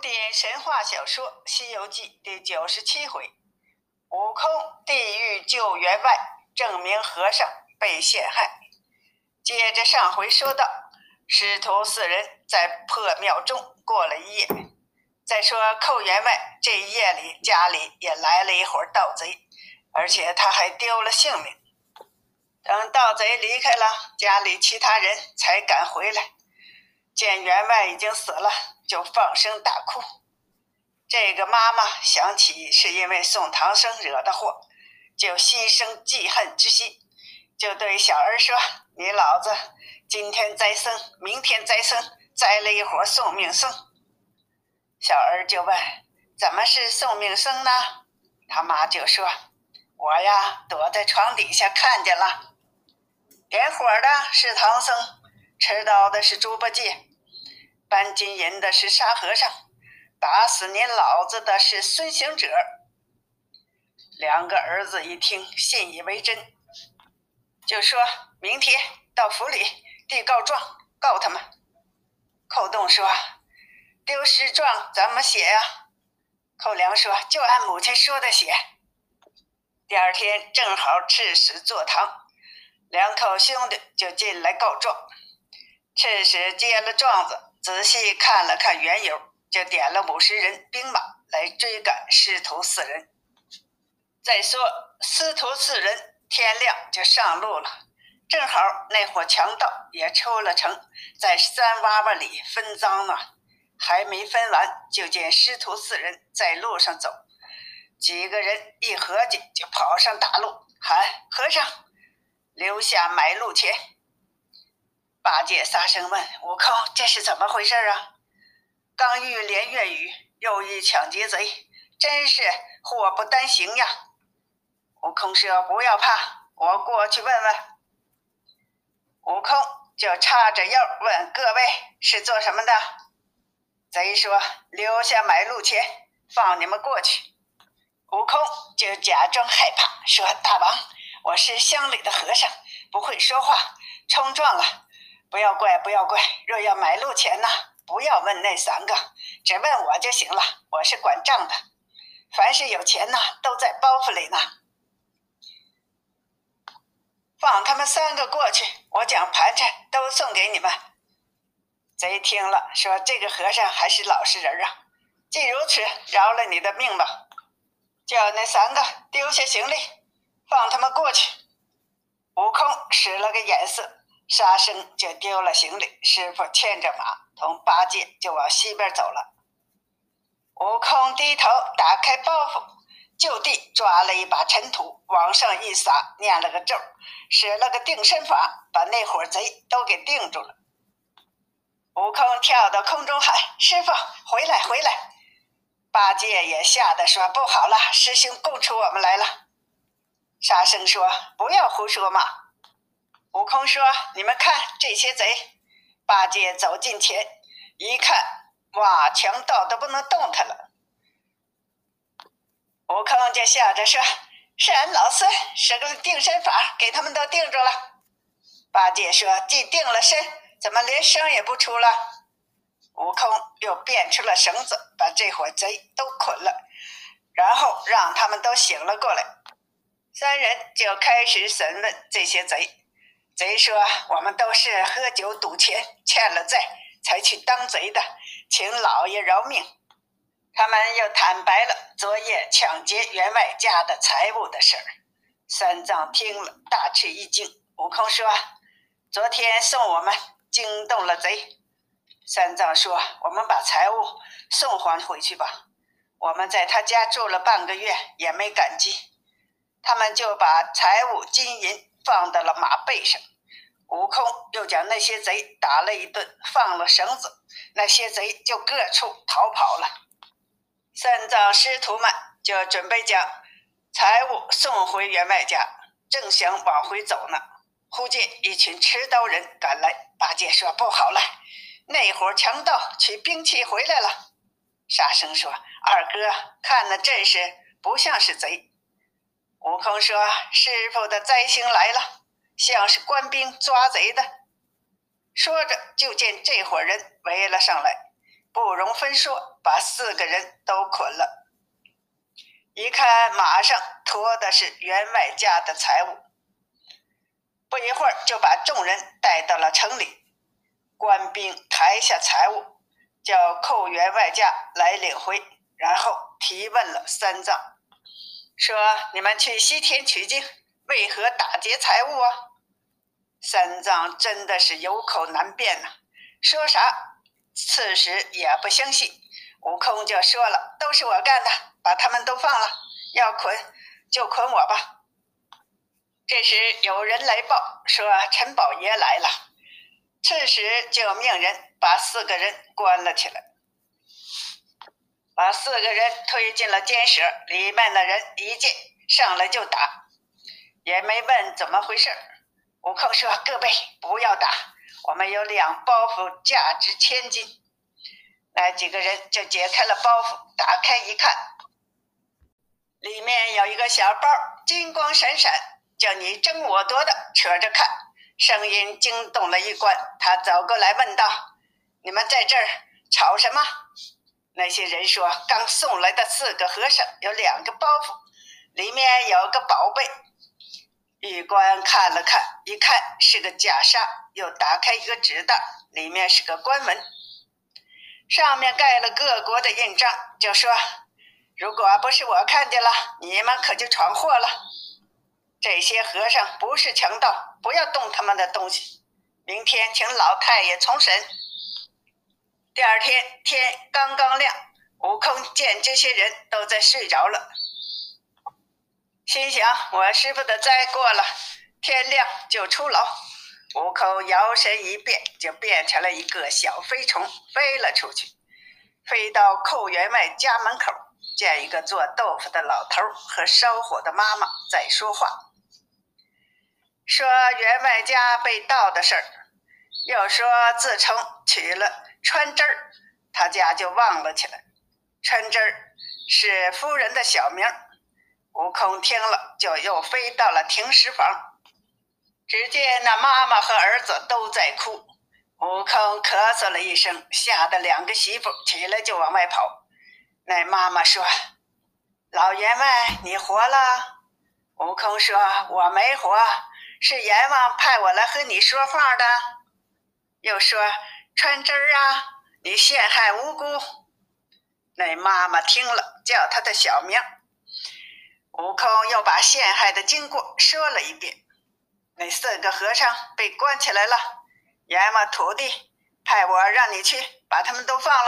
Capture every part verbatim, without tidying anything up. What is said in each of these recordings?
典神话小说《西游记》第九十七回：悟空地狱救员外，证明和尚被陷害。接着上回说到，师徒四人在破庙中过了一夜。再说寇员外这一夜里家里也来了一伙盗贼，而且他还丢了性命。等盗贼离开了，家里其他人才敢回来，见员外已经死了，就放声大哭。这个妈妈想起是因为送唐僧惹的祸，就心生记恨之心，就对小儿说：你老子今天栽僧，明天栽僧，栽了一伙送命僧。小儿就问：怎么是送命僧呢？他妈就说：我呀躲在床底下看见了，点火的是唐僧，持刀的是猪八戒，搬金银的是沙和尚，打死您老子的是孙行者。两个儿子一听，信以为真，就说明天到府里递告状，告他们。寇洞说：丢失状怎么写呀？寇良说：就按母亲说的写。第二天正好赤使坐堂，两口兄弟就进来告状。赤使接了状子，仔细看了看缘由，就点了五十人兵马来追赶师徒四人。再说师徒四人天亮就上路了，正好那伙强盗也出了城，在山洼洼里分赃呢。还没分完，就见师徒四人在路上走，几个人一合计就跑上大路，喊：和尚留下买路钱。八戒撒声问：悟空，这是怎么回事啊？刚遇连月雨，又遇抢劫贼，真是祸不单行呀。悟空说：不要怕，我过去问问。悟空就叉着腰问各位是做什么的。贼说：留下买路钱，放你们过去。悟空就假装害怕，说：大王，我是乡里的和尚，不会说话，冲撞了，不要怪不要怪，若要买路钱呢，不要问那三个，只问我就行了，我是管账的，凡是有钱呢，都在包袱里呢。放他们三个过去，我将盘缠都送给你们。贼听了说：这个和尚还是老实人啊，既如此，饶了你的命吧。叫那三个丢下行李，放他们过去。悟空使了个眼色，沙僧就丢了行李，师傅牵着马同八戒就往西边走了。悟空低头打开包袱，就地抓了一把尘土，往上一撒，念了个咒，使了个定身法，把那伙贼都给定住了。悟空跳到空中喊：师傅回来回来。八戒也吓得说：不好了，师兄供出我们来了。沙僧说：不要胡说嘛。悟空说：你们看这些贼。八戒走近前一看，哇，强盗都不能动他了。悟空就笑着说：是俺老孙使个定身法，给他们都定住了。八戒说：既定了身，怎么连声也不出了？悟空又变出了绳子，把这伙贼都捆了，然后让他们都醒了过来。三人就开始审问这些贼。贼说：我们都是喝酒赌钱，欠了债才去当贼的，请老爷饶命。他们又坦白了昨夜抢劫员外家的财物的事儿。三藏听了大吃一惊。悟空说：昨天送我们惊动了贼。三藏说：我们把财物送还回去吧，我们在他家住了半个月也没感激。他们就把财物金银放到了马背上。悟空又将那些贼打了一顿，放了绳子，那些贼就各处逃跑了。三藏师徒们就准备将财物送回员外家，正想往回走呢，忽见一群持刀人赶来。八戒说：不好了，那伙强盗取兵器回来了。沙僧说：二哥看那阵势不像是贼。悟空说：师傅的灾星来了，像是官兵抓贼的。说着就见这伙人围了上来， 不容分说，把四个人都捆了。一看马上驮的是员外家的财物，不一会儿就把众人带到了城里。官兵抬下财物，叫寇员外家来领回，然后提问了三藏，说你们去西天取经，为何打劫财物啊？三藏真的是有口难辩呐、啊，说啥刺史也不相信。悟空就说了，都是我干的，把他们都放了，要捆就捆我吧。这时有人来报说陈宝爷来了，刺史就命人把四个人关了起来，把四个人推进了监舍，里面的人一见上来就打，也没问怎么回事。悟空说，各位不要打，我们有两包袱价值千金。那几个人就解开了包袱，打开一看，里面有一个小包，金光闪闪，叫你争我夺的，扯着看，声音惊动了一官。他走过来问道，你们在这儿吵什么？那些人说，刚送来的四个和尚有两个包袱，里面有个宝贝。玉官看了看，一看是个袈裟，又打开一个纸袋，里面是个官文，上面盖了各国的印章，就说，如果不是我看见了，你们可就闯祸了。这些和尚不是强盗，不要动他们的东西，明天请老太爷重审。第二天天刚刚亮，悟空见这些人都在睡着了，心想，我师父的灾过了，天亮就出牢。悟空摇身一变，就变成了一个小飞虫，飞了出去，飞到寇员外家门口，见一个做豆腐的老头和烧火的妈妈在说话，说员外家被盗的事儿，又说自从娶了川枝儿，他家就旺了起来。川枝儿是夫人的小名。悟空听了，就又飞到了停尸房，只见那妈妈和儿子都在哭。悟空咳嗽了一声，吓得两个媳妇起来就往外跑。那妈妈说，老员外你活了？悟空说，我没活，是阎王派我来和你说话的。又说，川枝儿啊，你陷害无辜。那妈妈听了，叫他的小名。悟空又把陷害的经过说了一遍。那四个和尚被关起来了，阎王土地派我让你去把他们都放了。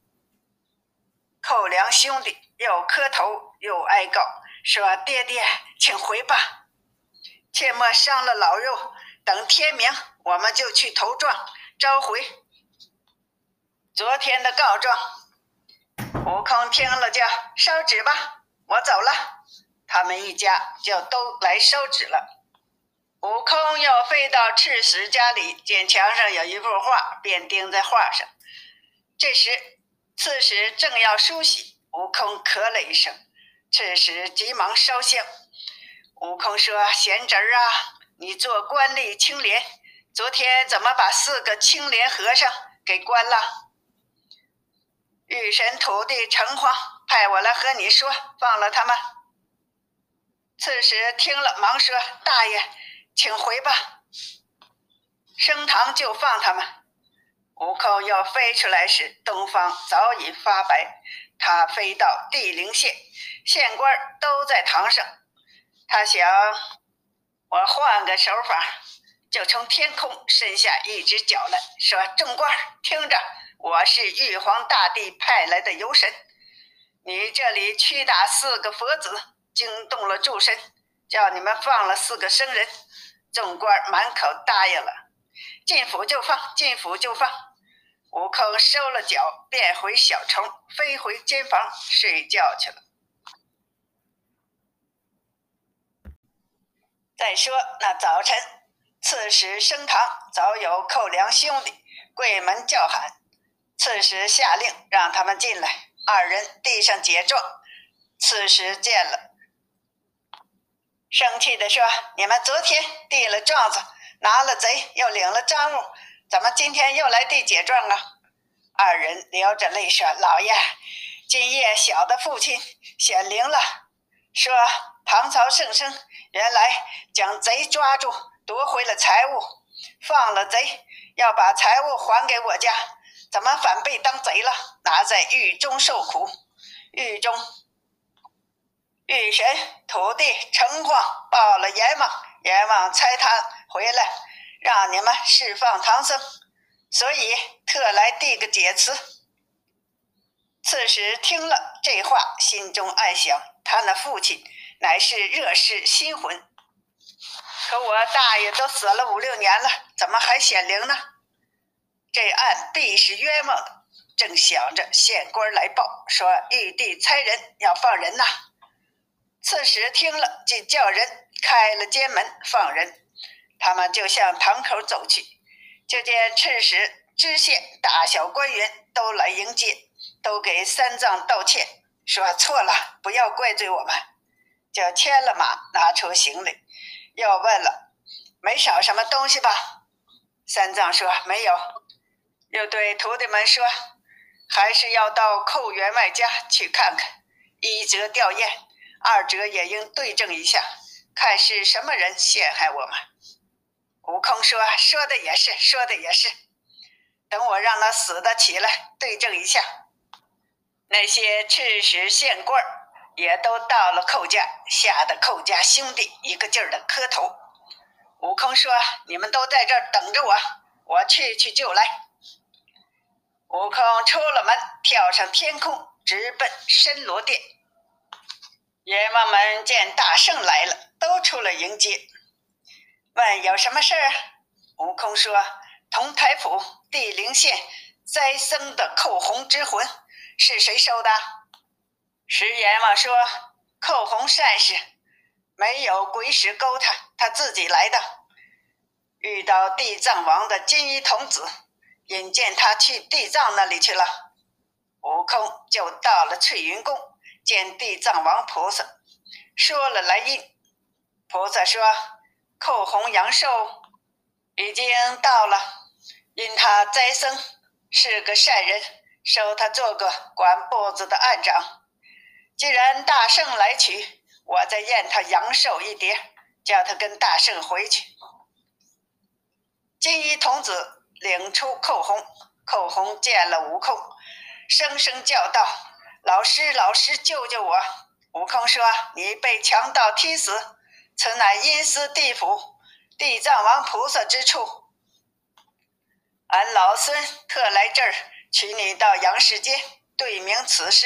寇良兄弟又磕头又哀告，说，爹爹请回吧，切莫伤了老肉，等天明我们就去投状召回。昨天的告状，悟空听了就烧纸吧，我走了。他们一家就都来烧纸了。悟空又飞到赤史家里，见墙上有一幅画，便钉在画上。这时刺史正要梳洗，悟空咳了一声，刺史急忙烧香。悟空说，贤侄儿啊，你做官吏清廉，昨天怎么把四个清廉和尚给关了？玉神土地城隍派我来和你说，放了他们。刺史听了忙说，大爷请回吧，升堂就放他们。悟空要飞出来时，东方早已发白，他飞到地灵县，县官都在堂上。他想，我换个手法，就从天空伸下一只脚来，说，众官听着，我是玉皇大帝派来的游神，你这里屈打四个佛子，惊动了诸神，叫你们放了四个生人。众官满口答应了，进府就放，进府就放。悟空收了脚，变回小虫，飞回间房睡觉去了。再说那早晨，刺史升堂，早有寇良兄弟跪门叫喊，刺史下令让他们进来。二人递上解状，刺史见了，生气地说，你们昨天递了状子，拿了贼，又领了赃物，怎么今天又来递解状啊？ 二人流着泪说：“老爷，今夜小的父亲显灵了，说唐朝圣僧原来将贼抓住，夺回了财物，放了贼，要把财物还给我家，怎么反被当贼了？拿在狱中受苦。狱中狱神土地城隍报了阎王，阎王差他回来，让你们释放唐僧，所以特来递个解词。”刺史听了这话，心中暗想，他那父亲乃是热世新魂，可我大爷都死了五六年了，怎么还显灵呢？这案必是冤枉的。正想着，县官来报说玉帝差人要放人呐。刺史听了，就叫人开了监门放人。他们就向堂口走去，就见刺史、知县、大小官员都来迎接，都给三藏道歉，说错了，不要怪罪我们。就牵了马，拿出行李，又问了没少什么东西吧？三藏说没有，又对徒弟们说，还是要到寇员外家去看看，一则吊唁，二则也应对证一下，看是什么人陷害我们。悟空说，说的也是，说的也是，等我让他死的起来对证一下。那些刺史县官也都到了寇家，吓得寇家兄弟一个劲儿的磕头。悟空说，你们都在这儿等着我，我去去就来。悟空出了门，跳上天空，直奔申罗殿。阎王们见大圣来了，都出来迎接，问有什么事儿？悟空说，同台府地灵县栽僧的寇洪之魂是谁收的？石阎王说，寇洪善事，没有鬼使勾他，他自己来的。遇到地藏王的金衣童子，引荐他去地藏那里去了。悟空就到了翠云宫，见地藏王菩萨，说了来因。菩萨说，寇洪阳寿已经到了，因他斋僧是个善人，收他做个管簿子的案长。既然大圣来取，我再验他阳寿一牒，叫他跟大圣回去。金衣童子领出寇洪，寇洪见了悟空，声声叫道，老师老师救救我。悟空说，你被强盗踢死，此乃阴司地府地藏王菩萨之处，俺老孙特来这儿取你到阳世间对明此事。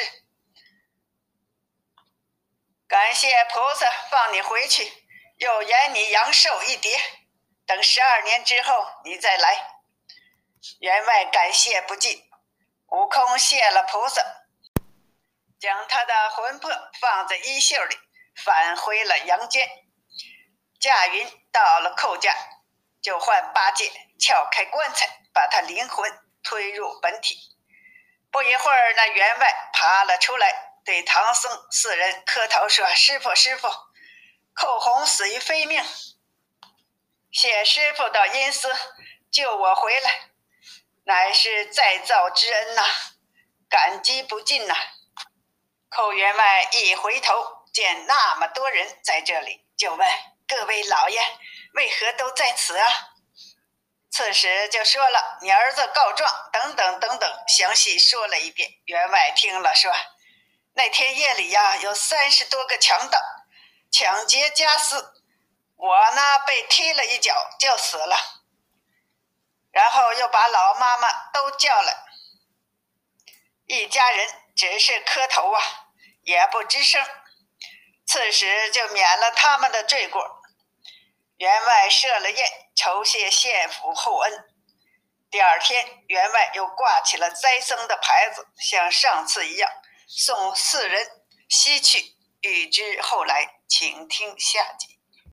感谢菩萨放你回去，又延你阳寿一牒，等十二年之后你再来。员外感谢不尽。悟空谢了菩萨，将他的魂魄放在衣袖里，返回了阳间。驾云到了寇家，就唤八戒撬开棺材，把他灵魂推入本体。不一会儿，那员外爬了出来，对唐僧四人磕头说，师父师父，寇洪死于非命，谢师父到阴司救我回来，乃是再造之恩呐、啊，感激不尽呐、啊。寇员外一回头，见那么多人在这里，就问，各位老爷为何都在此啊？刺史就说了，你儿子告状等等等等，详细说了一遍。员外听了说，那天夜里呀，有三十多个强盗抢劫家私，我呢被踢了一脚就死了，然后又把老妈妈都叫来，一家人只是磕头啊，也不吱声。刺史就免了他们的罪过。员外设了宴，酬谢县府厚恩。第二天，员外又挂起了斋僧的牌子，像上次一样，送四人西去。欲知后来，请听下集。